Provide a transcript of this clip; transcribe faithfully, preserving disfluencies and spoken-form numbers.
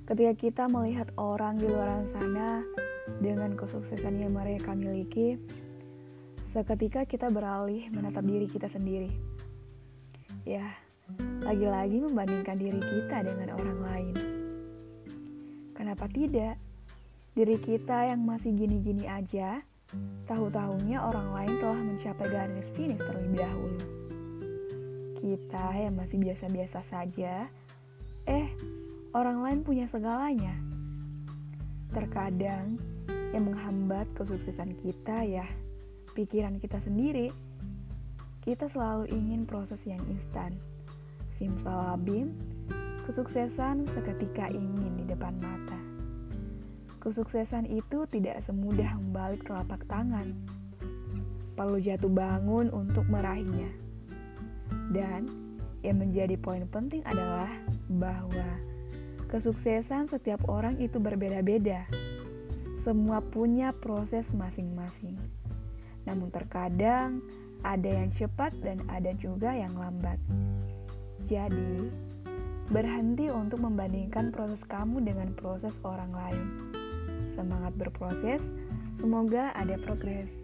Ketika kita melihat orang di luar sana dengan kesuksesan yang mereka miliki, seketika kita beralih menatap diri kita sendiri. Ya, lagi-lagi membandingkan diri kita dengan orang lain. Kenapa tidak? Diri kita yang masih gini-gini aja, tahu-tahunya orang lain telah mencapai garis finish terlebih dahulu. Kita yang masih biasa-biasa saja, eh, orang lain punya segalanya. Terkadang yang menghambat kesuksesan kita ya, pikiran kita sendiri. Kita selalu ingin proses yang instan. Simsalabim, kesuksesan seketika ingin di depan mata. Kesuksesan itu tidak semudah membalik telapak tangan. Perlu jatuh bangun untuk meraihnya. Dan yang menjadi poin penting adalah bahwa kesuksesan setiap orang itu berbeda-beda. Semua punya proses masing-masing. Namun terkadang ada yang cepat dan ada juga yang lambat. Jadi, berhenti untuk membandingkan proses kamu dengan proses orang lain. Semangat berproses, semoga ada progres.